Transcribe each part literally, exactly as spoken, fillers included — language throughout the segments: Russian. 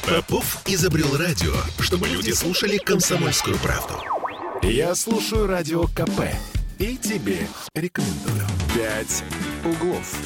Попов изобрел радио, чтобы люди слушали комсомольскую правду. Я слушаю Радио КП и тебе рекомендую. «Пять углов».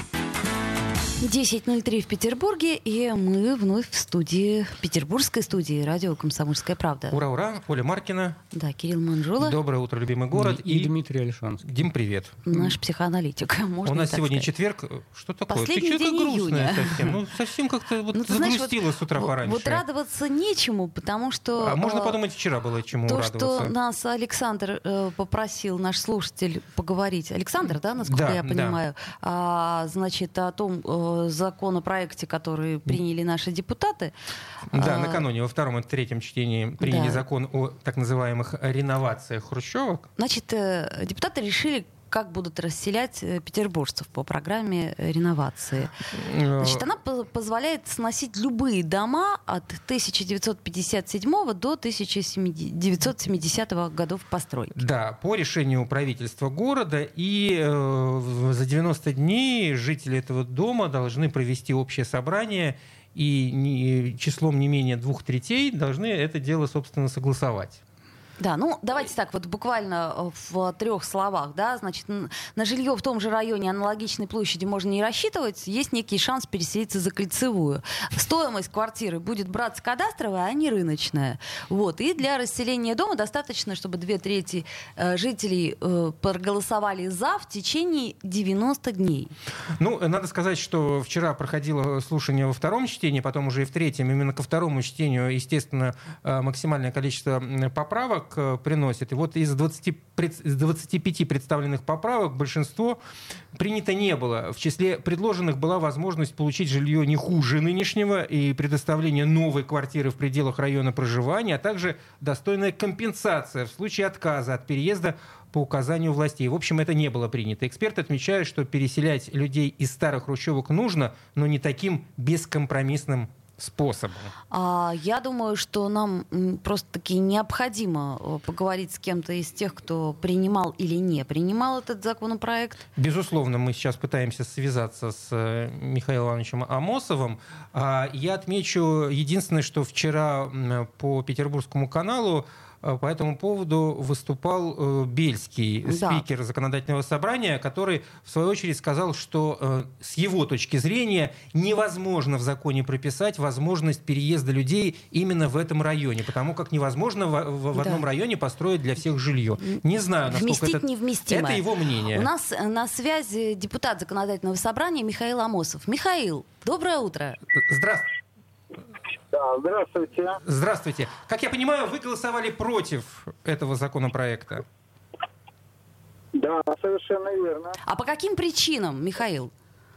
десять ноль три в Петербурге, и мы вновь в студии, петербургской студии радио «Комсомольская правда». Ура, ура! Оля Маркина. Да, Кирилл Манжула. Доброе утро, любимый город. И, и Дмитрий Альшанский. Дим, привет. Наш психоаналитик. Можно У нас сегодня сказать. четверг. Что такое? Последний Ты день грустная июня. совсем. Ну, совсем как-то вот Ну, ты знаешь, загрустила вот, с утра вот, пораньше. Вот радоваться нечему, потому что... А можно э, подумать, вчера было чему То, радоваться. что нас Александр э, попросил, наш слушатель, поговорить. Александр, да, насколько Да, я да. понимаю? А, значит, о том э, законопроекте, который приняли наши депутаты. Да, А, накануне во втором и третьем чтении приняли Да. закон о так называемых реновациях хрущевок. Значит, э, депутаты решили, как будут расселять э, петербуржцев по программе э, реновации. Значит, она по- позволяет сносить любые дома от тысяча девятьсот пятьдесят седьмого до тысяча девятьсот семидесятого годов постройки. Да, по решению правительства города, и э, за девяносто дней жители этого дома должны провести общее собрание, и не, числом не менее двух третей должны это дело, собственно, согласовать. Да, ну давайте так, вот буквально э, в трех словах, да, значит, н- на жилье в том же районе аналогичной площади можно не рассчитывать, есть некий шанс переселиться за кольцевую. Стоимость квартиры будет браться кадастровая, а не рыночная. Вот, и для расселения дома достаточно, чтобы две трети э, жителей э, проголосовали за в течение девяноста дней. Ну, надо сказать, что вчера проходило слушание во втором чтении, потом уже и в третьем. Именно ко второму чтению, естественно, э, максимальное количество м, поправок э, приносит. И вот из двадцати, пред- из двадцати пяти представленных поправок большинство принято не было. В числе предложенных была возможность получить жилье не хуже нынешнего и предоставление новой квартиры в пределах района проживания, а также достойная компенсация в случае отказа от переезда по указанию властей. В общем, это не было принято. Эксперты отмечают, что переселять людей из старых хрущевок нужно, но не таким бескомпромиссным способом. А, я думаю, что нам м, просто-таки необходимо э, поговорить с кем-то из тех, кто принимал или не принимал этот законопроект. Безусловно, мы сейчас пытаемся связаться с э, Михаилом Ивановичем Амосовым. А, Я отмечу единственное, что вчера м, по Петербургскому каналу э, по этому поводу выступал э, Бельский, Да. спикер законодательного собрания, который, в свою очередь, сказал, что э, с его точки зрения невозможно в законе прописать возможность переезда людей именно в этом районе, потому как невозможно в, в- в Да. одном районе построить для всех жилье. Не знаю, насколько Вместить это... невместимое. Это его мнение. У нас э, на связи депутат законодательного собрания Михаил Амосов. Михаил, доброе утро. Здравствуйте. Да, здравствуйте. Здравствуйте. Как я понимаю, вы голосовали против этого законопроекта. Да, совершенно верно. А по каким причинам, Михаил?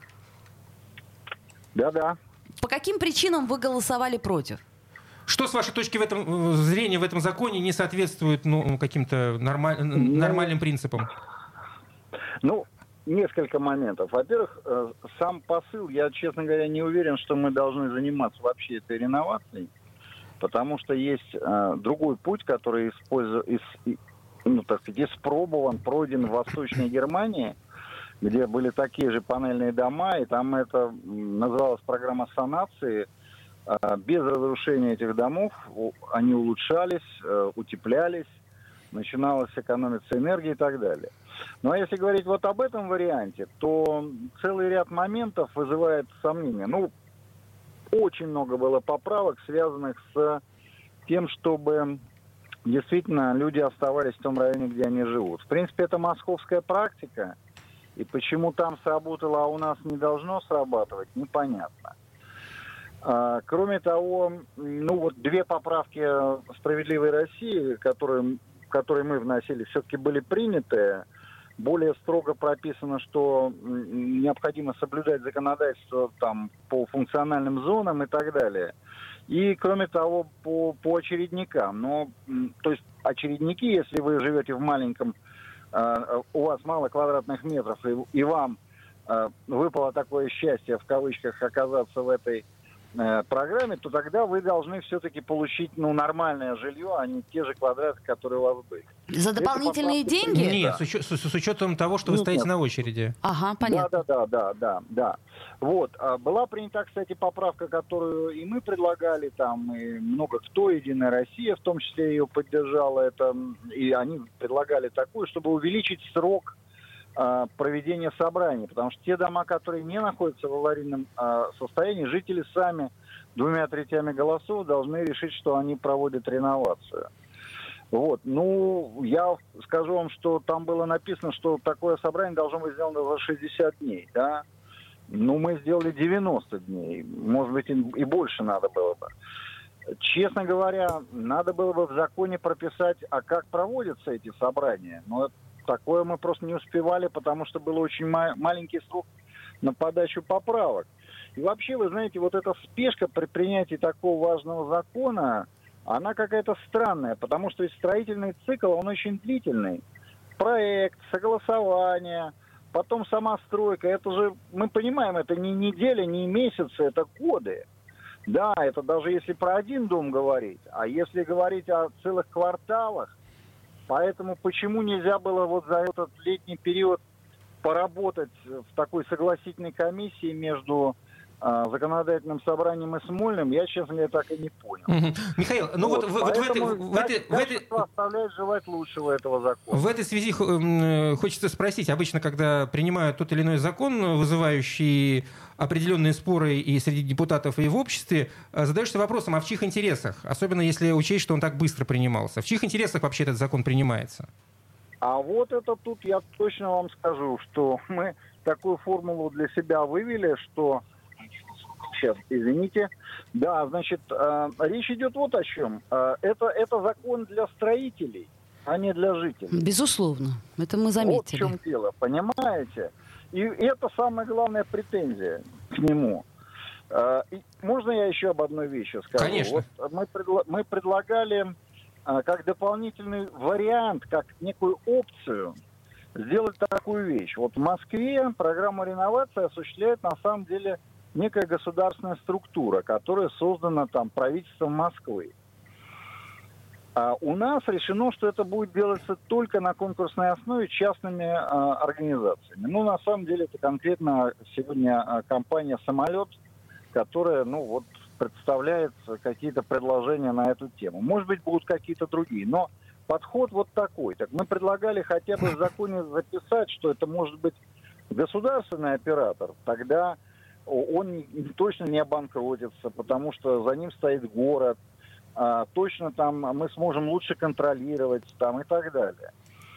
Да-да. По каким причинам вы голосовали против? Что, с вашей точки в этом, э, зрения в этом законе не соответствует ну, каким-то нормаль- нормальным принципам? Ну, несколько моментов. Во-первых, э, сам посыл, я, честно говоря, не уверен, что мы должны заниматься вообще этой реновацией, потому что есть э, другой путь, который использу- ис- и- ну, так сказать, испробован, пройден в Восточной Германии, где были такие же панельные дома, и там это м, называлась программа санации. Э, Без разрушения этих домов у- они улучшались, э, утеплялись, начиналась экономиться энергия и так далее. Ну а если говорить вот об этом варианте, то целый ряд моментов вызывает сомнения. Ну, очень много было поправок, связанных с тем, чтобы действительно люди оставались в том районе, где они живут. В принципе, это московская практика, и почему там сработало, а у нас не должно срабатывать, непонятно. А, кроме того, ну вот две поправки «Справедливой России», которые, которые мы вносили, все-таки были приняты. Более строго прописано, что м, необходимо соблюдать законодательство там, по функциональным зонам и так далее. И, кроме того, по, по очередникам. Но, м, то есть очередники, если вы живете в маленьком, э, у вас мало квадратных метров, и, и вам э, выпало такое счастье, в кавычках, оказаться в этой э, программе, то тогда вы должны все-таки получить, ну, нормальное жилье, а не те же квадраты, которые у вас были. За дополнительные Это, деньги? Нет, да. с, учет, с, с учетом того, что вы Нет, стоите нет. на очереди. Ага, понятно. Да, да, да, да, да, да. Вот. А была принята, кстати, поправка, которую и мы предлагали, там, и много кто, Единая Россия в том числе ее поддержала, это, и они предлагали такую, чтобы увеличить срок а, проведения собраний, потому что те дома, которые не находятся в аварийном а, состоянии, жители сами двумя третями голосов должны решить, что они проводят реновацию. Вот. Ну, я скажу вам, что там было написано, что такое собрание должно быть сделано за шестьдесят дней, да. Ну, мы сделали девяносто дней. Может быть, и больше надо было бы. Честно говоря, надо было бы в законе прописать, а как проводятся эти собрания. Но такое мы просто не успевали, потому что был очень ма- маленький срок на подачу поправок. И вообще, вы знаете, вот эта спешка при принятии такого важного закона, она какая-то странная, потому что строительный цикл, он очень длительный. Проект, согласование, потом сама стройка. Это же, мы понимаем, это не неделя, не месяцы, это годы. Да, это даже если про один дом говорить, а если говорить о целых кварталах, поэтому почему нельзя было вот за этот летний период поработать в такой согласительной комиссии между законодательным собранием и Смольным, я, честно говоря, так и не понял. Угу. Михаил, ну вот, вот, вот в, этой, в, этой, в, этой, оставляет желать лучшего этого закона. В этой связи хочется спросить, обычно, когда принимают тот или иной закон, вызывающий определенные споры и среди депутатов, и в обществе, задаешься вопросом, а в чьих интересах? Особенно если учесть, что он так быстро принимался. В чьих интересах вообще этот закон принимается? А вот это тут я точно вам скажу, что мы такую формулу для себя вывели, что... Сейчас, извините. Да, значит, э, речь идет вот о чем. Э, это, это закон для строителей, а не для жителей. Безусловно. Это мы заметили. Вот в чем дело, понимаете? И это самая главная претензия к нему. Э, и можно я еще об одной вещи скажу? Конечно. Вот мы, предла- мы предлагали э, как дополнительный вариант, как некую опцию сделать такую вещь. Вот в Москве программу реновации осуществляет на самом деле некая государственная структура, которая создана там правительством Москвы. А у нас решено, что это будет делаться только на конкурсной основе частными а, организациями. Ну, на самом деле, это конкретно сегодня а, компания «Самолет», которая, ну, вот, представляет какие-то предложения на эту тему. Может быть, будут какие-то другие, но подход вот такой. Так мы предлагали хотя бы в законе записать, что это может быть государственный оператор, тогда он точно не обанкротится, потому что за ним стоит город, а, точно там мы сможем лучше контролировать там, и так далее.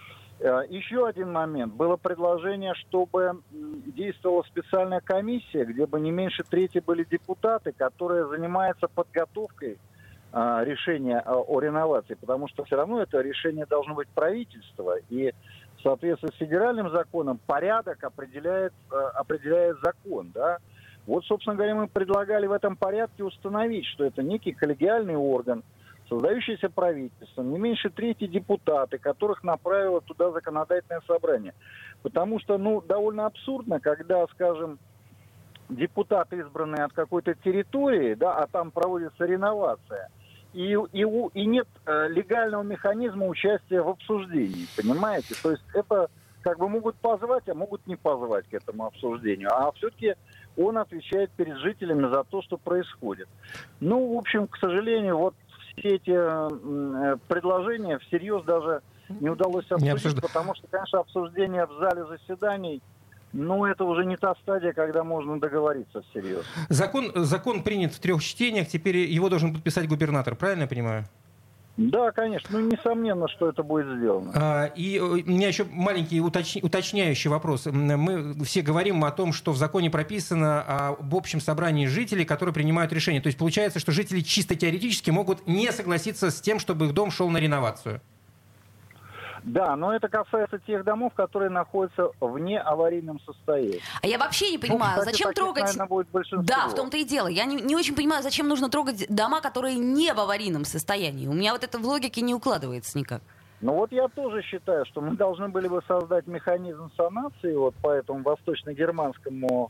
А, еще один момент. Было предложение, чтобы действовала специальная комиссия, где бы не меньше трети были депутаты, которые занимаются подготовкой а, решения о, о реновации, потому что все равно это решение должно быть правительства, и в соответствии с федеральным законом порядок определяет, определяет закон, да. Вот, собственно говоря, мы предлагали в этом порядке установить, что это некий коллегиальный орган, создающийся правительством, не меньше трети депутаты, которых направило туда законодательное собрание. Потому что, ну, довольно абсурдно, когда, скажем, депутаты, избранные от какой-то территории, да, а там проводится реновация, и, и, и нет э, легального механизма участия в обсуждении, понимаете? То есть это как бы могут позвать, а могут не позвать к этому обсуждению. А все-таки он отвечает перед жителями за то, что происходит. Ну, в общем, к сожалению, вот все эти э, предложения всерьез даже не удалось обсудить, не потому что, конечно, обсуждение в зале заседаний, ну, это уже не та стадия, когда можно договориться всерьез. Закон, закон принят в трех чтениях, теперь его должен подписать губернатор, правильно я понимаю? Да, конечно. Ну, несомненно, что это будет сделано. А, и у меня еще маленький уточ... уточняющий вопрос. Мы все говорим о том, что в законе прописано об общем собрании жителей, которые принимают решения. То есть получается, что жители чисто теоретически могут не согласиться с тем, чтобы их дом шел на реновацию. Да, но это касается тех домов, которые находятся в неаварийном состоянии. А я вообще не понимаю, ну, кстати, зачем таких, трогать... наверное, будет большинство. Да, в том-то и дело. Я не, не очень понимаю, зачем нужно трогать дома, которые не в аварийном состоянии. У меня вот это в логике не укладывается никак. Ну вот я тоже считаю, что мы должны были бы создать механизм санации вот по этому восточно-германскому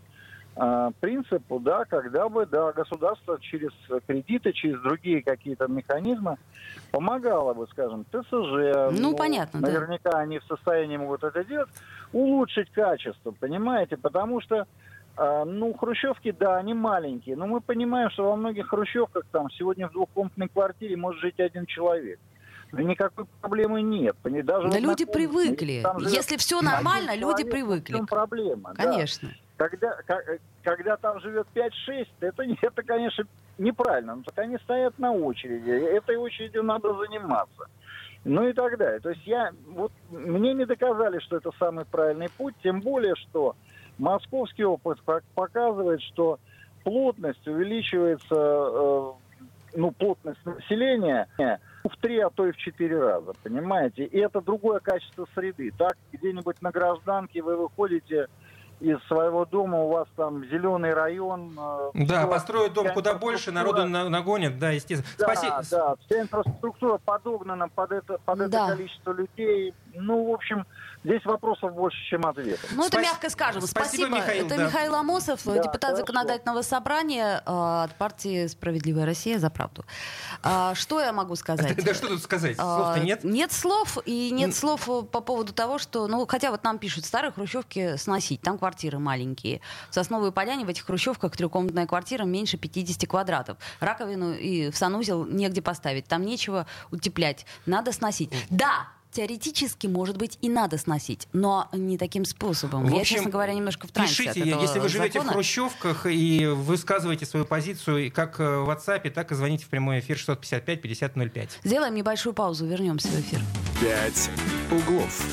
принципу, да, когда бы, да, государство через кредиты, через другие какие-то механизмы помогало бы, скажем, ТСЖ. Ну, ну понятно, наверняка да. они в состоянии могут это делать, улучшить качество, понимаете, потому что, э, ну, хрущевки, да, они маленькие, но мы понимаем, что во многих хрущевках там сегодня в двухкомнатной квартире может жить один человек. Да никакой проблемы нет. Даже да вот люди на привыкли. Если все нормально, люди человек, привыкли. В чем проблема? Конечно. Да. Когда, когда там живет пять-шесть, это, это, конечно, неправильно. Но так они стоят на очереди. Этой очередью надо заниматься. Ну и так далее. То есть я, вот, мне не доказали, что это самый правильный путь. Тем более, что московский опыт показывает, что плотность увеличивается, э, ну, плотность населения в три, а то и в четыре раза, понимаете? И это другое качество среды. Так, где-нибудь на гражданке вы выходите из своего дома, у вас там зеленый район. Да, построят дом куда больше, народу нагонят, да, естественно. Да, Спасибо. Да, вся инфраструктура подогнана под это, под это да. количество людей. Ну, в общем, здесь вопросов больше, чем ответов. Ну, это Спас... мягко скажем. Спасибо, Спасибо. Михаил. Это да. Михаил Амосов, да, депутат хорошо. Законодательного собрания э, от партии «Справедливая Россия за правду». А, что я могу сказать? Да что тут сказать? Слов-то нет? Нет слов, и нет слов по поводу того, что... Ну, хотя вот нам пишут, старые хрущевки сносить, там квартиры маленькие. В Сосновой Поляне в этих хрущевках трехкомнатная квартира меньше пятьдесят квадратов. Раковину и в санузел негде поставить. Там нечего утеплять. Надо сносить. Да! Теоретически, может быть, и надо сносить, но не таким способом. В общем, я, честно говоря, немножко в трансе пишите, от этого если вы живете закона. в хрущевках и высказываете свою позицию как в WhatsApp, так и звоните в прямой эфир шестьсот пятьдесят пять пятьдесят ноль пять. Сделаем небольшую паузу, вернемся в эфир. «Пять углов».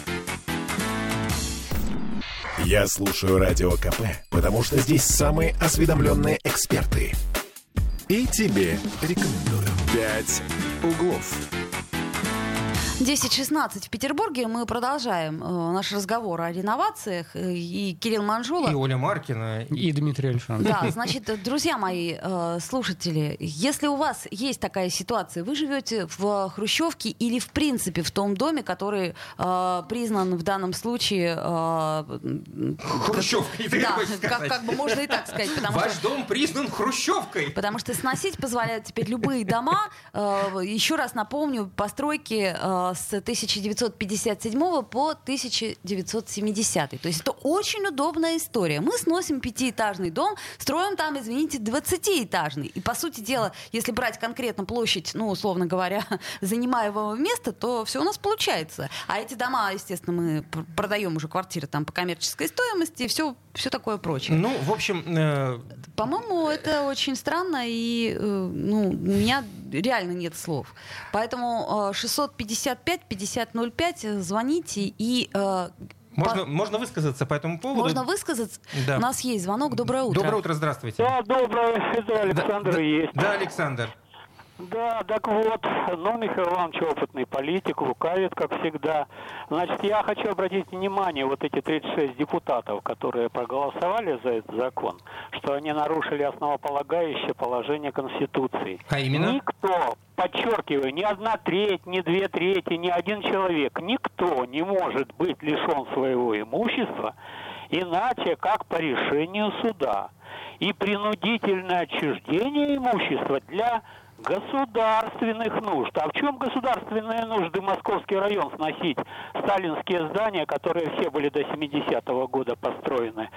Я слушаю Радио КП, потому что здесь самые осведомленные эксперты. И тебе рекомендую. «Пять углов». десять шестнадцать в Петербурге. Мы продолжаем э, наш разговор о реновациях. И Кирилл Манжула. И Оля Маркина. И Дмитрий Александрович. Да, значит, друзья мои, э, слушатели, если у вас есть такая ситуация, вы живете в хрущевке или в принципе в том доме, который э, признан в данном случае... Э, Хрущевкой, ты да, хочешь сказать. Как, как бы можно и так сказать. Потому Ваш что, дом признан хрущевкой. Потому что сносить позволяют теперь любые дома. Э, еще раз напомню, постройки... Э, с тысяча девятьсот пятьдесят седьмого по тысяча девятьсот семидесятый. То есть это очень удобная история. Мы сносим пятиэтажный дом, строим там, извините, двадцатиэтажный. И, по сути дела, если брать конкретно площадь, ну, условно говоря, занимаемого места, то все у нас получается. А эти дома, естественно, мы продаем уже квартиры там по коммерческой стоимости и все, все такое прочее. Ну, в общем... Э... По-моему, это очень странно, и э, ну, у меня реально нет слов. Поэтому э, шестьсот пятьдесят пять пятьдесят ноль пять звоните и... Э, можно, по... можно высказаться по этому поводу? Можно высказаться. Да. У нас есть звонок. Доброе утро. Доброе утро, здравствуйте. Да, доброе. Это Александр да, есть. Да, Александр. Да, так вот, ну, Михаил Иванович опытный политик, лукавит, как всегда. Значит, я хочу обратить внимание, вот эти тридцать шесть депутатов, которые проголосовали за этот закон, что они нарушили основополагающее положение Конституции. А именно? Никто, подчеркиваю, ни одна треть, ни две трети, ни один человек, никто не может быть лишен своего имущества, иначе как по решению суда. И принудительное отчуждение имущества для государственных нужд. А в чем государственные нужды Московский район сносить? Сталинские здания, которые все были до семидесятого года построены.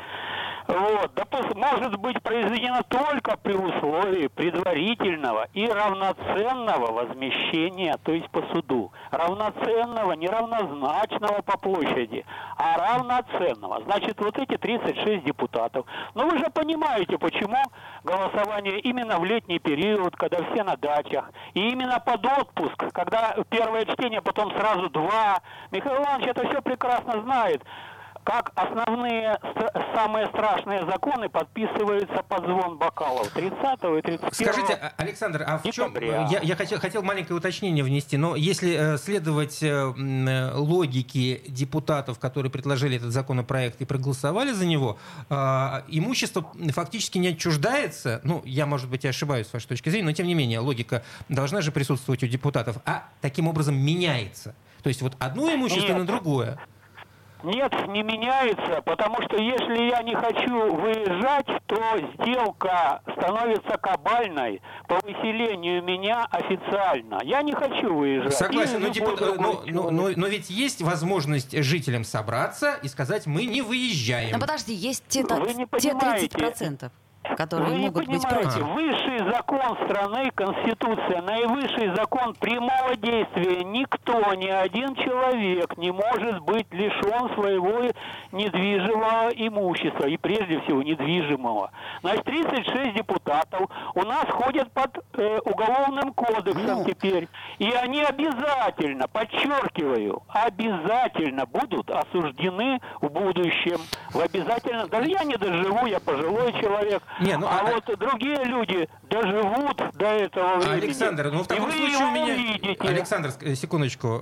Вот. Да, может быть произведено только при условии предварительного и равноценного возмещения, то есть по суду. Равноценного, не равнозначного по площади, а равноценного. Значит, вот эти тридцать шесть депутатов. Но вы же понимаете, почему голосование именно в летний период, когда все на дачах, и именно под отпуск, когда первое чтение, потом сразу два. Михаил Иванович это все прекрасно знает. Как основные, самые страшные законы подписываются под звон бокалов тридцатого и тридцать первого. Скажите, Александр, а в чем... Я, я хотел, хотел маленькое уточнение внести, но если э, следовать э, логике депутатов, которые предложили этот законопроект и проголосовали за него, э, имущество фактически не отчуждается, ну, я, может быть, и ошибаюсь с вашей точки зрения, но, тем не менее, логика должна же присутствовать у депутатов, а таким образом меняется. То есть вот одно имущество Нет. на другое. Нет, не меняется, потому что если я не хочу выезжать, то сделка становится кабальной по выселению меня официально. Я не хочу выезжать. Согласен, но, депу... но, но, но, но ведь есть возможность жителям собраться и сказать, мы не выезжаем. Ну подожди, есть те, Вы не те понимаете. тридцать процентов. Которые Вы не могут быть понимаете, против. высший закон страны, Конституция, наивысший закон прямого действия. Никто, ни один человек не может быть лишен своего недвижимого имущества, и прежде всего недвижимого. Значит, тридцать шесть депутатов у нас ходят под э, уголовным кодексом ну. теперь, и они обязательно, подчеркиваю, обязательно будут осуждены в будущем. В обязательно, даже я не доживу, я пожилой человек. Не, ну, а, а вот другие люди доживут до этого времени. Александр, ну в таком случае у меня... Увидите. Александр, секундочку.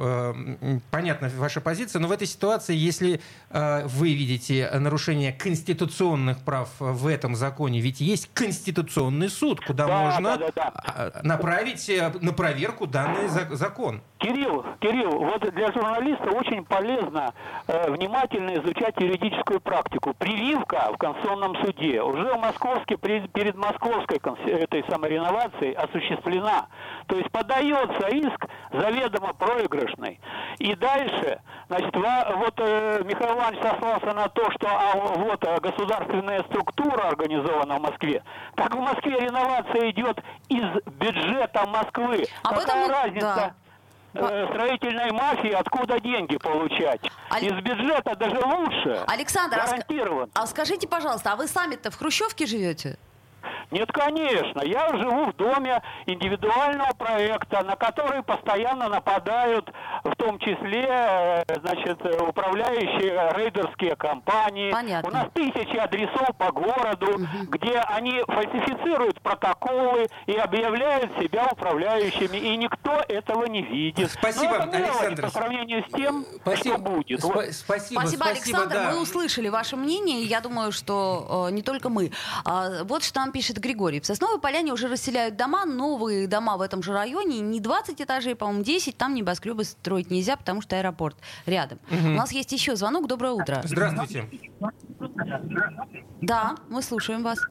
Понятна ваша позиция, но в этой ситуации, если вы видите нарушение конституционных прав в этом законе, ведь есть Конституционный суд, куда да, можно да, да, да. направить на проверку данный закон. Кирилл, Кирилл, вот для журналиста очень полезно э, внимательно изучать юридическую практику. Прививка в Конституционном суде уже в Московске, перед, перед московской этой самой реновацией осуществлена. То есть подается иск заведомо проигрышный. И дальше, значит, вот э, Михаил Иванович сослался на то, что а, вот государственная структура организована в Москве. Так в Москве реновация идет из бюджета Москвы. Об Какая этом... разница? Да. Строительной мафии, откуда деньги получать? Аль... Из бюджета даже лучше. Александр, гарантированно. А скажите, пожалуйста, а вы сами-то в хрущевке живете? Нет, конечно. Я живу в доме индивидуального проекта, на который постоянно нападают, в том числе, значит, управляющие рейдерские компании. Понятно. У нас тысячи адресов по городу, угу. где они фальсифицируют протоколы и объявляют себя управляющими, и никто этого не видит. Спасибо, это Александр. По сравнению с тем, спасибо. что будет. Спа- вот. Спасибо, спасибо, Александр. Да. Мы услышали ваше мнение, и я думаю, что э, не только мы. А, вот что нам пишет Григорий. В Сосновой Поляне уже расселяют дома, новые дома в этом же районе, не двадцать этажей, по-моему, десять, там небоскребы строить нельзя, потому что аэропорт рядом. Угу. У нас есть еще звонок. Доброе утро. Здравствуйте. Да, мы слушаем вас.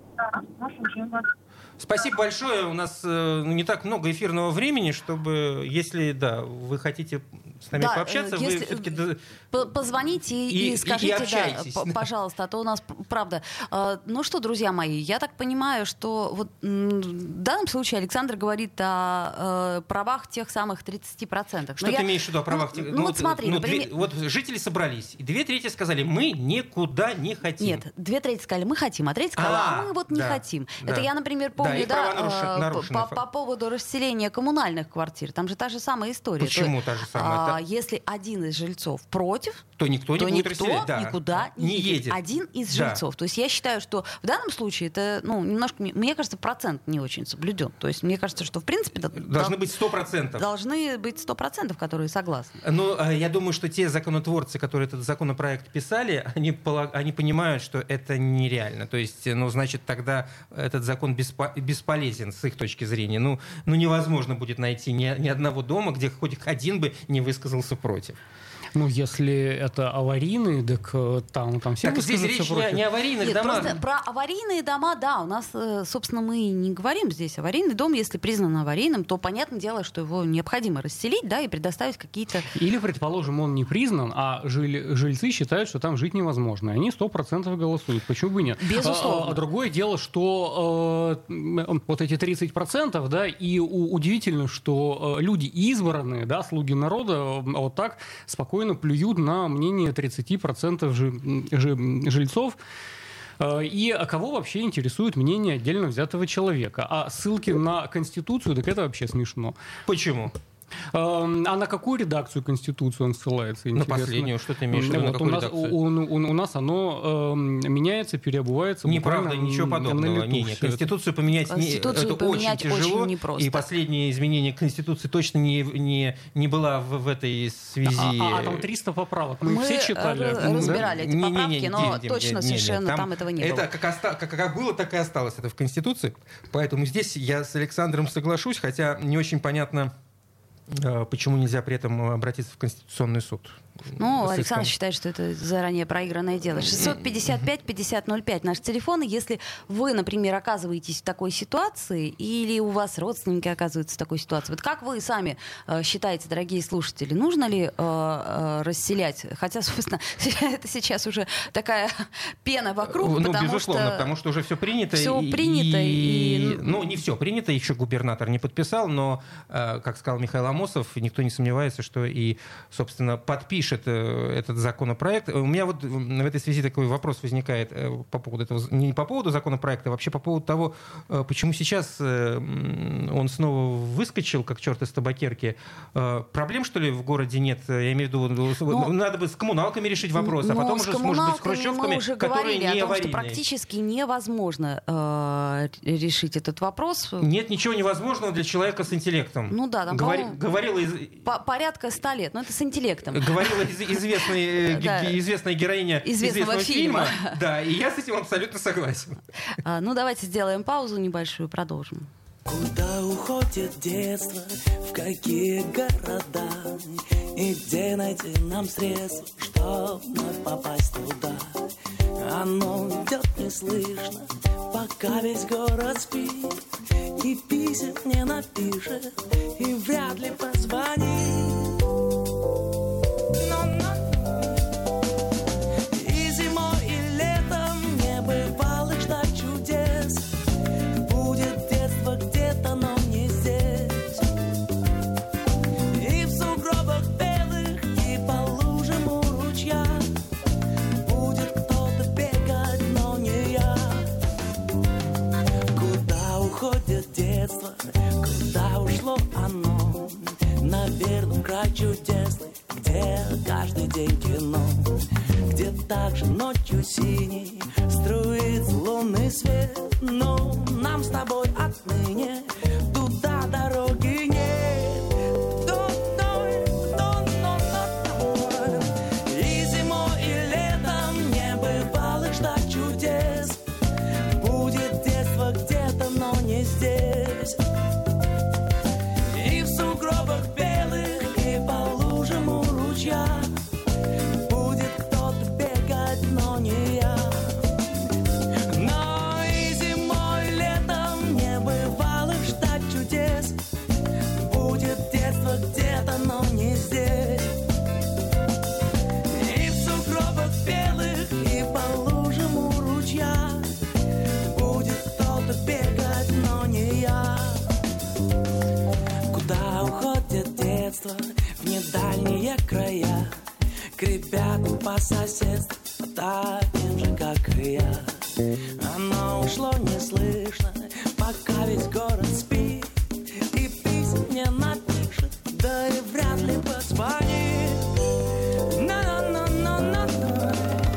Спасибо большое. У нас э, не так много эфирного времени, чтобы, если да, вы хотите с нами да, пообщаться, вы все-таки... Позвоните и, и скажите, и да, пожалуйста, а то у нас, правда... Э, ну что, друзья мои, я так понимаю, что вот, в данном случае Александр говорит о э, правах тех самых тридцати процентов. Что Но ты я... имеешь в виду о правах? Ну, ну, ну вот смотри, ну, например... две, вот жители собрались, и две трети сказали, мы никуда не хотим. Нет, две трети сказали, мы хотим, а треть сказала, а, а мы вот не да, хотим. Да. Это я, например, помню, да, да наруш... по, по поводу расселения коммунальных квартир. Там же та же самая история. Почему то, та же самая? А, если один из жильцов против, то никто не то будет никто расселять. Да. никуда не, не едет. едет. Один из да. жильцов. То есть я считаю, что в данном случае это, ну, немножко, мне кажется, процент не очень соблюден. То есть мне кажется, что в принципе... Должны дол- быть сто процентов. Должны быть сто процентов, которые согласны. Но я думаю, что те законотворцы, которые этот законопроект писали, они, полаг... они понимают, что это нереально. То есть, ну, значит, тогда этот закон беспо... бесполезен с их точки зрения. Ну, ну невозможно будет найти ни, ни одного дома, где хоть один бы не высказался против. Ну, если это аварийный, так там, там все так здесь речь не, не о аварийных Нет, домах. Просто про аварийные дома, да, у нас, собственно, мы и не говорим здесь. Аварийный дом, если признан аварийным, то понятное дело, что его необходимо расселить, да, и предоставить какие-то... Или, предположим, он не признан, а жиль, жильцы считают, что там жить невозможно. И они сто процентов голосуют. Почему бы нет? Безусловно. А, а другое дело, что э, вот эти тридцать процентов, да, и у, удивительно, что э, люди избранные, да, слуги народа, вот так спокойно плюют на мнение тридцать процентов жильцов. И кого вообще интересует мнение отдельно взятого человека? А ссылки на Конституцию, так это вообще смешно. Почему? А на какую редакцию Конституции он ссылается? Интересно? На последнюю, что ты имеешь в виду? Вот у, нас, у, у, у нас оно э, меняется, переобувается. Неправда, ничего подобного. Не, не. Конституцию поменять, Конституцию не, это поменять очень тяжело. Очень непросто. И последнее изменение Конституции точно не, не, не было в, в этой связи. А, а там триста поправок. Мы, Мы все читали. разбирали да? эти поправки, не, не, не, но Дим, Дим, точно не, не, совершенно там, там этого не это было. Это как, оста- как, как было, так и осталось это в Конституции. Поэтому здесь я с Александром соглашусь, хотя не очень понятно, почему нельзя при этом обратиться в Конституционный суд. Ну, сыском. Александр считает, что это заранее проигранное дело. шестьсот пятьдесят пять пятьдесят ноль пять наш телефон. Если вы, например, оказываетесь в такой ситуации, или у вас родственники оказываются в такой ситуации, вот как вы сами э, считаете, дорогие слушатели, нужно ли э, э, расселять? Хотя, собственно, это сейчас уже такая пена вокруг, ну, потому безусловно, что... потому что уже все принято. Все и, принято. И... И... Ну, не все принято, еще губернатор не подписал, но, э, как сказал Михаил Амосов, никто не сомневается, что и, собственно, подпишет э, этот законопроект. У меня вот в этой связи такой вопрос возникает э, по поводу этого, не по поводу законопроекта, а вообще по поводу того, э, почему сейчас э, он снова выскочил, как черт из табакерки. Э, проблем, что ли, в городе нет? Я имею в виду, но... надо бы с коммуналками решить вопрос, а потом уже, может быть, с хрущевками, мы уже которые говорили не о том, аварийные. что практически невозможно э, решить этот вопрос. Нет ничего невозможного для человека с интеллектом. Ну да, там, Говори, по-моему, говорила из... по- порядка ста лет, но это с интеллектом. Говорила из, известный, Да. известная героиня Известного известного фильма. фильма. Да, и я с этим абсолютно согласен. А, ну, давайте сделаем паузу небольшую, продолжим. Куда уходит детство, в какие города, и где найти нам средства, чтоб вновь попасть туда. Оно идет неслышно, пока весь город спит, и писем не напишет, и вряд ли позвонит. Но-но. И зимой, и летом не бывало ждать чудес. Будет детство где-то, но не здесь. И в сугробах белых, и по лужам у ручья будет кто-то бегать, но не я. Куда уходит детство, куда ушло оно? Наверное, край чудесный, где каждый день кино, где также ночью синий струится лунный свет. Но нам с тобой отныне туда дороги нет. И зимой, и летом не бывало ждать чудес. Будет детство где-то, но не здесь. И в сугробах белых, и по лужам у ручья будет кто-то бегать, но не я. Но и зимой, и летом не бывало ждать чудес. Будет детство где-то, но не здесь. И в сугробах белых, и по лужам у ручья будет кто-то бегать, но не я. Куда уходит детство в недальние края, к ребятам по соседству, таким же, как и я. Оно ушло неслышно, пока весь город спит, и писем не напишет, да и вряд ли позвонит. На-на-на-на-на-на.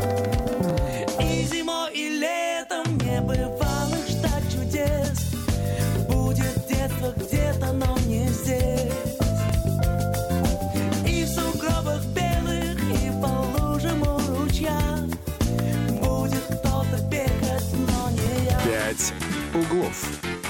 И зимой, и летом не бывало ждать чудес. Будет детство где-то, но не здесь. И в сугробах белых, и по лужам у ручья будет кто-то бегать, но не я. «Пять углов».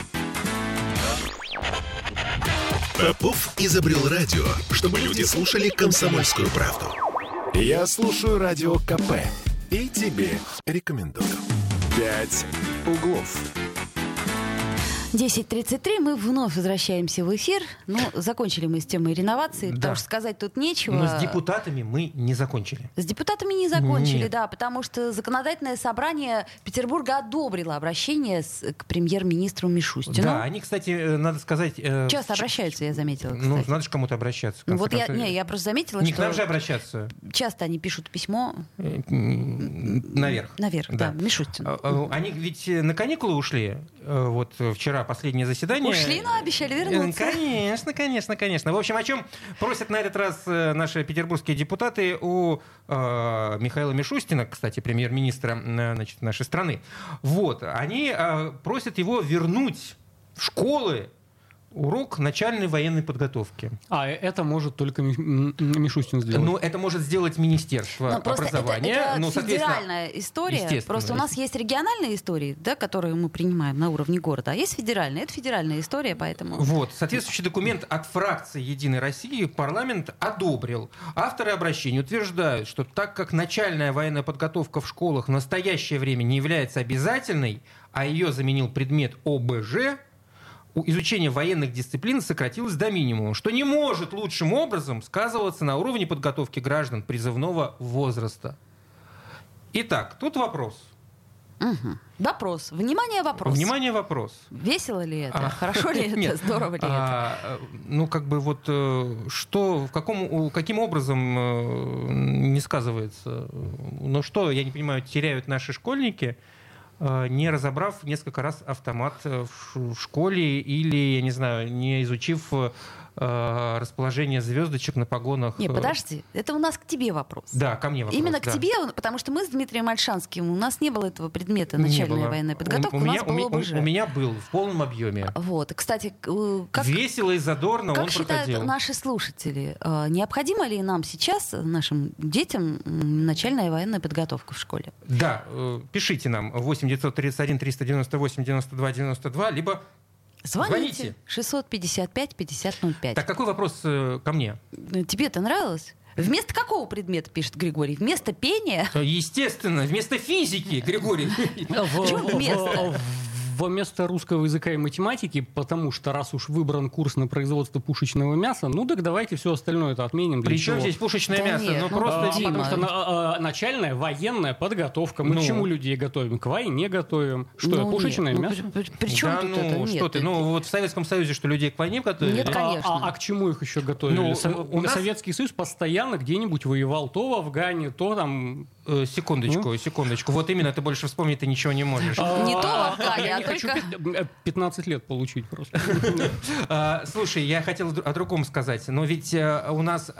Попов изобрел радио, чтобы люди слушали «Комсомольскую правду». Я слушаю радио КП и тебе рекомендую. «Пять углов». десять тридцать три, мы вновь возвращаемся в эфир. Ну, закончили мы с темой реновации, Да. потому что сказать тут нечего. Но с депутатами мы не закончили. С депутатами не закончили, Нет. да, потому что законодательное собрание Петербурга одобрило обращение с- к премьер-министру Мишустину. Да, они, кстати, э, надо сказать... э, Часто ч- обращаются, я заметила, кстати. Ну, надо же кому-то обращаться. в Ну, конце вот я, концов. не, я просто заметила, Не к нам что же обращаться. часто они пишут письмо э, м, Наверх. наверх, да, Мишустину. А, а, Они ведь на каникулы ушли. э, Вот э, вчера последнее заседание. Ушли, но обещали вернуться. Э, Конечно, конечно, конечно. В общем, о чем просят на этот раз э, наши петербургские депутаты у э, Михаила Мишустина, кстати, премьер-министра э, значит, нашей страны. Вот, они э, просят его вернуть в школы урок начальной военной подготовки. А это может только Мишустин сделать. Ну, это может сделать Министерство образования. Это, это ну, федеральная история. Просто у нас есть региональные истории, да, которые мы принимаем на уровне города, а есть федеральная. Это федеральная история, поэтому... Вот. Соответствующий документ от фракции «Единой России» парламент одобрил. Авторы обращения утверждают, что так как начальная военная подготовка в школах в настоящее время не является обязательной, а ее заменил предмет О Б Ж, изучение военных дисциплин сократилось до минимума, что не может лучшим образом сказываться на уровне подготовки граждан призывного возраста. Итак, тут вопрос. Угу. Вопрос. Внимание, вопрос. Внимание, вопрос. Весело ли это? А, Хорошо ли это? Нет. Здорово ли а, это? Ну, как бы вот что, в каком, каким образом не сказывается? Ну, что, я не понимаю, теряют наши школьники, не разобрав несколько раз автомат в школе или, я не знаю, не изучив расположение звездочек на погонах. Не, подожди, это у нас к тебе вопрос. Да, ко мне вопрос. Именно к да. тебе, потому что мы с Дмитрием Альшанским, у нас не было этого предмета начальная военная подготовка, у, у, у нас был О Б Ж. У меня был в полном объеме. Вот, кстати, как, весело и задорно как он считают проходил. Наши слушатели, необходима ли нам сейчас, нашим детям, начальная военная подготовка в школе? Да, пишите нам восемь девятьсот тридцать один триста девяносто восемь девяносто два девяносто два, либо Звоните. Звоните. шестьсот пятьдесят пять пятьдесят ноль пять. Так, какой вопрос э, ко мне? Тебе это нравилось? Вместо какого предмета, пишет Григорий? Вместо пения? Естественно, вместо физики, Григорий. Почему вместо? Вместо русского языка и математики, потому что раз уж выбран курс на производство пушечного мяса, ну так давайте все остальное это отменим. Причем здесь пушечное да мясо? нет, ну, ну, просто а, потому что на, а, начальная военная подготовка. Мы ну. к чему людей готовим? К войне готовим. Что, ну, пушечное нет, мясо? Ну, при, при чем да, тут ну, это? Нет, что ты? это... Ну, вот в Советском Союзе что, людей к войне готовили? Нет, конечно. А, а, а к чему их еще готовили? Ну, Со- у нас... Советский Союз постоянно где-нибудь воевал. То в Афгане, то там... Э, секундочку, ну? секундочку. Вот именно ты больше вспомнить ты ничего не можешь. Не то в Афгане, Я а не хочу только... пятнадцать лет получить просто. Слушай, я хотел о другом сказать. Но ведь у нас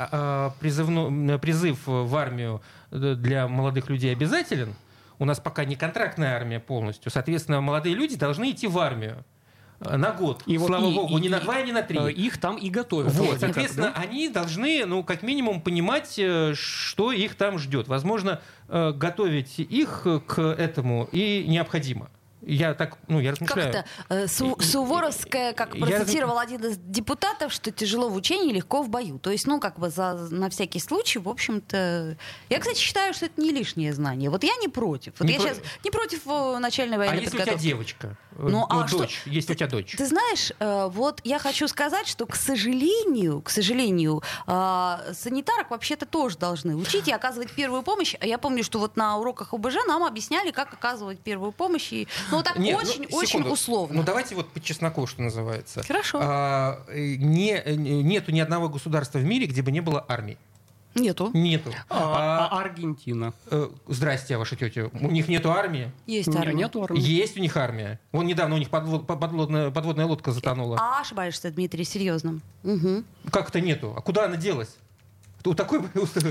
призыв в армию для молодых людей обязателен. У нас пока не контрактная армия полностью. Соответственно, молодые люди должны идти в армию на год. И Слава вот, богу, и, не и, на два, не на три. Их там и готовят. Вот, соответственно, как, да? Они должны, ну, как минимум, понимать, что их там ждет. Возможно, готовить их к этому и необходимо. Я так, ну, я размышляю. Как это? Су- Суворовская, как процитировал я... один из депутатов, что тяжело в учении, легко в бою. То есть, ну, как бы за, на всякий случай, в общем-то... Я, кстати, считаю, что это не лишнее знание. Вот я не против. Вот не я про... сейчас не против начальной военной а подготовки. А если у тебя девочка? Ну, ну а дочь. что? Есть ты, у тебя дочь. Ты знаешь, вот я хочу сказать, что, к сожалению, к сожалению, санитарок вообще-то тоже должны учить и оказывать первую помощь. Я помню, что вот на уроках О Б Ж нам объясняли, как оказывать первую помощь. И, ну, так Нет, очень, ну, очень условно. Ну, давайте вот по чесноку, что называется. Хорошо. А, не, нету ни одного государства в мире, где бы не было армии. Нету. Нету. А, а Аргентина? Э, здрасте, ваша тетя. У них нету армии? Есть армия. Нету армии. Есть у них армия. Вон недавно у них подвод, подводная, подводная лодка затонула. А ошибаешься, Дмитрий, серьезно. Угу. Как это нету? А куда она делась? У такой...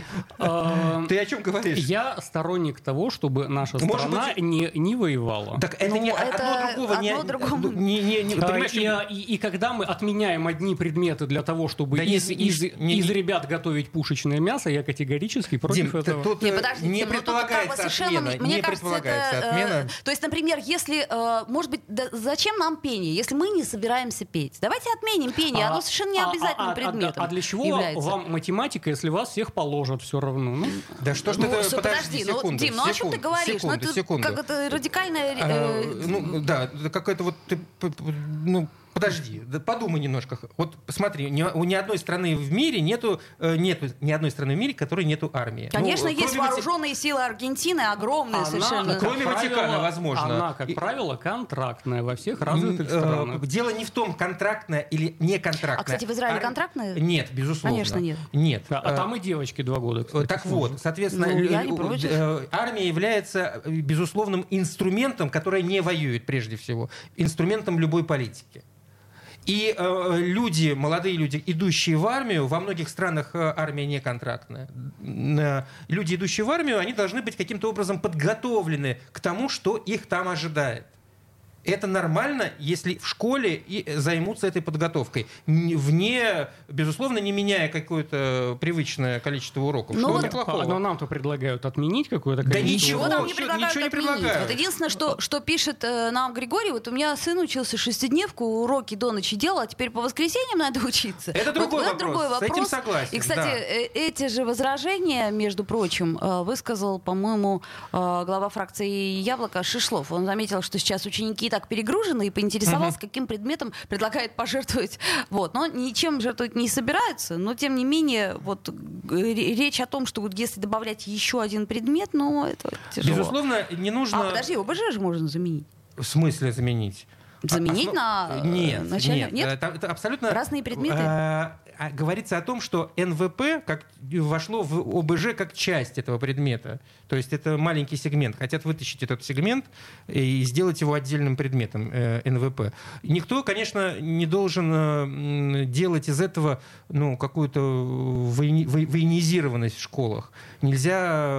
Ты о чем говоришь? Я сторонник того, чтобы наша страна не, не воевала. Так это ну, не это одно другого. Одно не, другому... не, не, не, а, и, и, и когда мы отменяем одни предметы для того, чтобы да из, не, из, не, из не, ребят готовить пушечное мясо, я категорически против Дим, этого. Тут не, подождите, не ну, предполагается тут, как бы, отмена. Мне не кажется, предполагается это, отмена. Э, то есть, например, если, э, может быть, да, зачем нам пение, если мы не собираемся петь? Давайте отменим пение, а, оно совершенно не обязательным а, а, предметом А, а для чего является. вам математика, если вас всех положат все равно? Ну, да что ж ну, ты, что, подожди, подожди, секунду, ну, Дим, ну секунду, о чем ты говоришь? Секунду, ну, это секунду. как это радикальное... Э, а, ну, да, какое-то вот... Ты, ну, подожди, да подумай немножко. Вот смотри, ни, у ни одной страны в мире нету, нету ни одной страны в мире, которой нету армии. Конечно, ну, есть вооруженные Вати... силы Аргентины, огромные она, совершенно. Кроме правило, Ватикана, возможно. Она, как И... правило, контрактная во всех развитых странах. Дело не в том, контрактная или не контрактная. А, кстати, в Израиле Ар... контрактная? Нет, безусловно. Конечно, нет. Нет. А, а там и девочки два года, кстати. Так вот, соответственно, ну, я не против. армия является безусловным инструментом, который не воюет прежде всего, инструментом любой политики. И э, люди, молодые люди, идущие в армию, во многих странах э, армия не контрактная. Э, люди, идущие в армию, они должны быть каким-то образом подготовлены к тому, что их там ожидает. Это нормально, если в школе и займутся этой подготовкой, вне, безусловно, не меняя какое-то привычное количество уроков. Но, что вот, плохого? Но нам-то предлагают отменить какое-то количество. Да ничего, Ничего нам не ничего, предлагают ничего не отменить. предлагают. Вот единственное, что, что пишет э, нам Григорий, вот у меня сын учился шестидневку, уроки до ночи делал, а теперь по воскресеньям надо учиться. Это другой, вот, вопрос. другой вопрос. С этим согласен. И, кстати, да. э, эти же возражения, между прочим, э, высказал, по-моему, э, глава фракции «Яблоко» Шишлов. Он заметил, что сейчас ученики так перегружены, и поинтересовался, uh-huh. каким предметом предлагает пожертвовать. Вот. Но ничем жертвовать не собираются, но, тем не менее, вот, речь о том, что вот, если добавлять еще один предмет, ну, это тяжело. Безусловно, не нужно... А, подожди, ОБЖ же можно заменить. В смысле заменить? Заменить а, на нет, начальную? Нет, нет? Это, это абсолютно... Разные предметы? А, а, говорится о том, что эн вэ пэ как, вошло в о бэ жэ как часть этого предмета. То есть это маленький сегмент. Хотят вытащить этот сегмент и сделать его отдельным предметом э, эн вэ пэ. Никто, конечно, не должен э, делать из этого ну, какую-то воени, военизированность в школах. Нельзя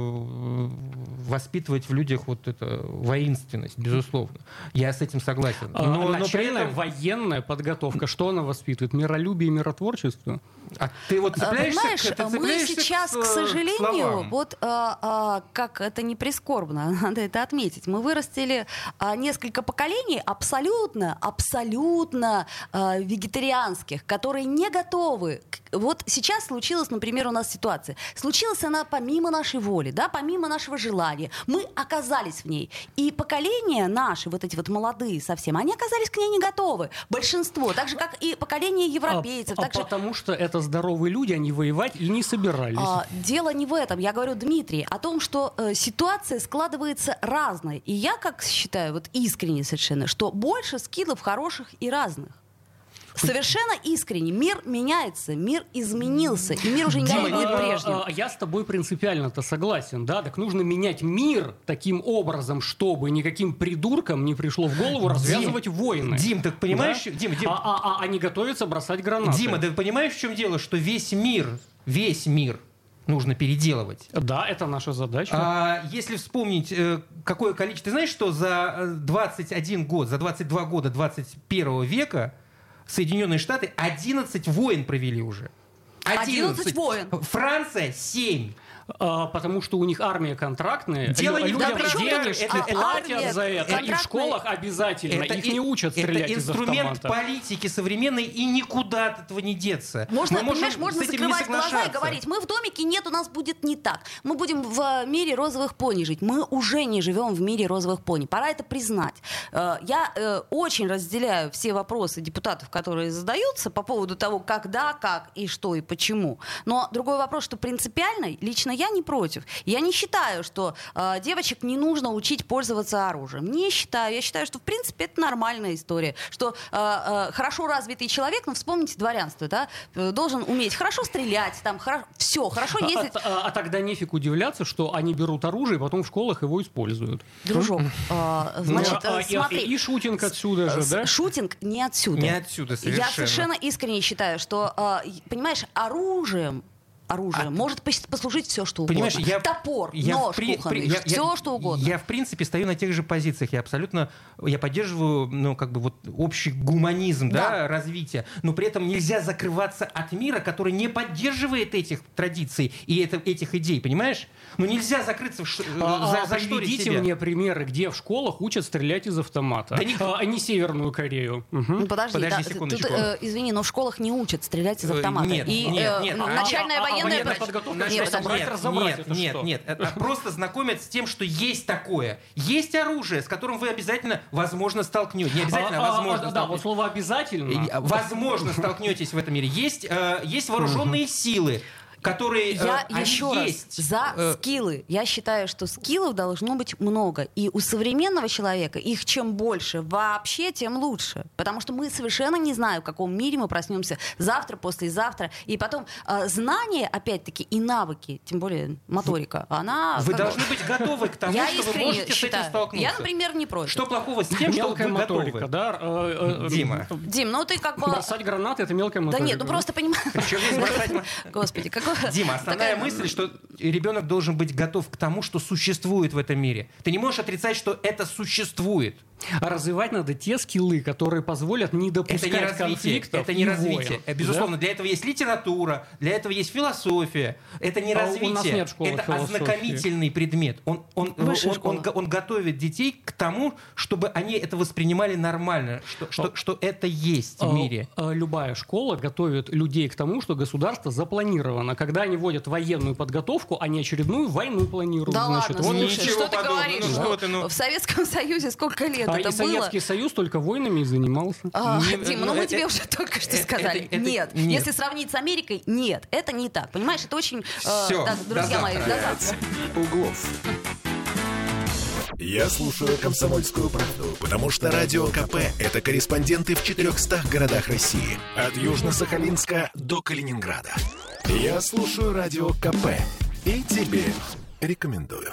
э, воспитывать в людях вот эту воинственность, безусловно. Я с этим согласен. Но, а, начальная но этом... военная подготовка, что она воспитывает? Миролюбие и миротворчество? А ты вот цепляешься, Понимаешь, ты цепляешься мы сейчас, к, к сожалению, словам. вот а, а, как это не прискорбно, надо это отметить, мы вырастили а, несколько поколений абсолютно, абсолютно а, вегетарианских, которые не готовы. Вот сейчас случилась, например, у нас ситуация. Случилась она помимо нашей воли, да, помимо нашего желания. Мы оказались в ней. И поколения наши, вот эти вот молодые совсем, они оказались к ней не готовы. Большинство. Так же, как и поколение европейцев. А, так а же... Потому что это здоровые люди, они воевать и не собирались. А, дело не в этом. Я говорю, Дмитрий, о том, что э, ситуация складывается разной. И я, как считаю, вот искренне совершенно, что больше скиллов хороших и разных. Совершенно искренне. Мир меняется, мир изменился, и мир уже не Дима, будет прежним. А, а, я с тобой принципиально-то согласен, да? Так нужно менять мир таким образом, чтобы никаким придуркам не пришло в голову развязывать Дим, войны. Дим, ты понимаешь? Да? Дим, Дим, а, а, а, а не готовятся бросать гранаты. Дима, ты понимаешь, в чем дело? Что весь мир, весь мир нужно переделывать. Да, это наша задача. А если вспомнить, какое количество... Ты знаешь, что за двадцать один год, за двадцать два года двадцать первого века Соединенные Штаты одиннадцать войн провели уже. одиннадцать войн. Франция семь. А, потому что у них армия контрактная. Дело не людям в том, что денежки это- платят армия за это. И в школах обязательно. Это Их и- не учат стрелять это из инструмент автомата. политики современной, и никуда от этого не деться. Можно, Мы можем понимаешь, можно с этим не закрывать глаза и соглашаться. говорить, мы в домике, нет, у нас будет не так. Мы будем в мире розовых пони жить. Мы уже не живем в мире розовых пони. Пора это признать. Э, Я э, очень разделяю все вопросы депутатов, которые задаются по поводу того, когда, как и что и почему. Но другой вопрос, что принципиально, лично я не против. Я не считаю, что э, девочек не нужно учить пользоваться оружием. Не считаю. Я считаю, что в принципе это нормальная история. Что э, э, хорошо развитый человек, ну вспомните дворянство, да, э, должен уметь хорошо стрелять, там, хоро... все, хорошо А, ездить. а- а тогда нефиг удивляться, что они берут оружие, и потом в школах его используют. Дружок, э, значит, Ну, а- э, и- смотри. и, шутинг отсюда же, С- да? Шутинг не отсюда. Не отсюда совершенно. Я совершенно искренне считаю, что, э, понимаешь, оружием оружием А- может пос- послужить все, что угодно. Понимаешь, я, Топор, я нож в при- кухонный, при- я- все, я- что угодно. Я, в принципе, стою на тех же позициях. Я абсолютно, я поддерживаю, ну, как бы вот общий гуманизм, да. Да. развития. Но при этом нельзя закрываться от мира, который не поддерживает этих традиций и это, этих идей, понимаешь? Ну, нельзя закрыться в ш- А, за, а зашторить приведите себя. мне примеры, где в школах учат стрелять из автомата, Да никто- а не Северную Корею. Мгм. Ну, подожди, Подожди да, секундочку. тут, э, извини, но в школах не учат стрелять из Э, автомата. нет, И нет, э, нет, ну, а- начальная а- а военная... военная бра- подготовка, Нет, значит, подожди. собрать, разобрать, нет, это нет, что? нет, это просто знакомят с тем, что есть такое. Есть оружие, с которым вы обязательно, возможно, столкнетесь. Не обязательно, а, А, а, возможно. а, да, вот слово обязательно. И, Возможно, столкнетесь в этом мире. Есть, э, есть вооруженные силы, которые э, Я они еще раз есть. за Э, скиллы. Я считаю, что скиллов должно быть много. И у современного человека их чем больше вообще, тем лучше. Потому что мы совершенно не знаем, в каком мире мы проснемся завтра, послезавтра. И потом э, знания, опять-таки, и навыки, тем более моторика, она... Вы как бы- должны быть готовы к тому, Я что вы искренне можете с считаю. этим столкнуться. Я, например, не против. Что плохого с тем, что Мелкая вы моторика, готовы? да? э, э, Дима. Дим, ну ты как бы... Бросать гранаты — это мелкая Да моторика. нет, ну просто понимаешь... Причем здесь бросать мо- Господи, какой... Дима, основная такая- мысль, что ребенок должен быть готов к тому, что существует в этом мире. Ты не можешь отрицать, что это существует. А развивать надо те скиллы, которые позволят не допускать это не развитие, конфликтов это не и развитие. войн. Безусловно, Да? для этого есть литература, для этого есть философия. Это не А развитие, у нас нет школы это философии. ознакомительный предмет. Он, он, он, Высшая он, он, школа. он готовит детей к тому, чтобы они это воспринимали нормально, что, что, что это есть в мире. А, а, Любая школа готовит людей к тому, что государство запланировано. Когда они вводят военную подготовку, они очередную войну планируют. Да значит. ладно, Вот слушай, ничего что ты подобного. говоришь? Ну, что ты, ну. В Советском Союзе сколько лет А это и было? Советский Союз только войнами и занимался. А, Не- Дима, ну ну, мы это- тебе уже только что это- сказали. это- это- нет. нет. Если сравнить с Америкой, нет, это не так. Понимаешь, это очень... э, Всё, так, до друзья мои, завтра. до завтра. Углов. Я слушаю «Комсомольскую правду», потому что Радио КП – это корреспонденты в четырехстах городах России. От Южно-Сахалинска до Калининграда. Я слушаю Радио КП и тебе рекомендую.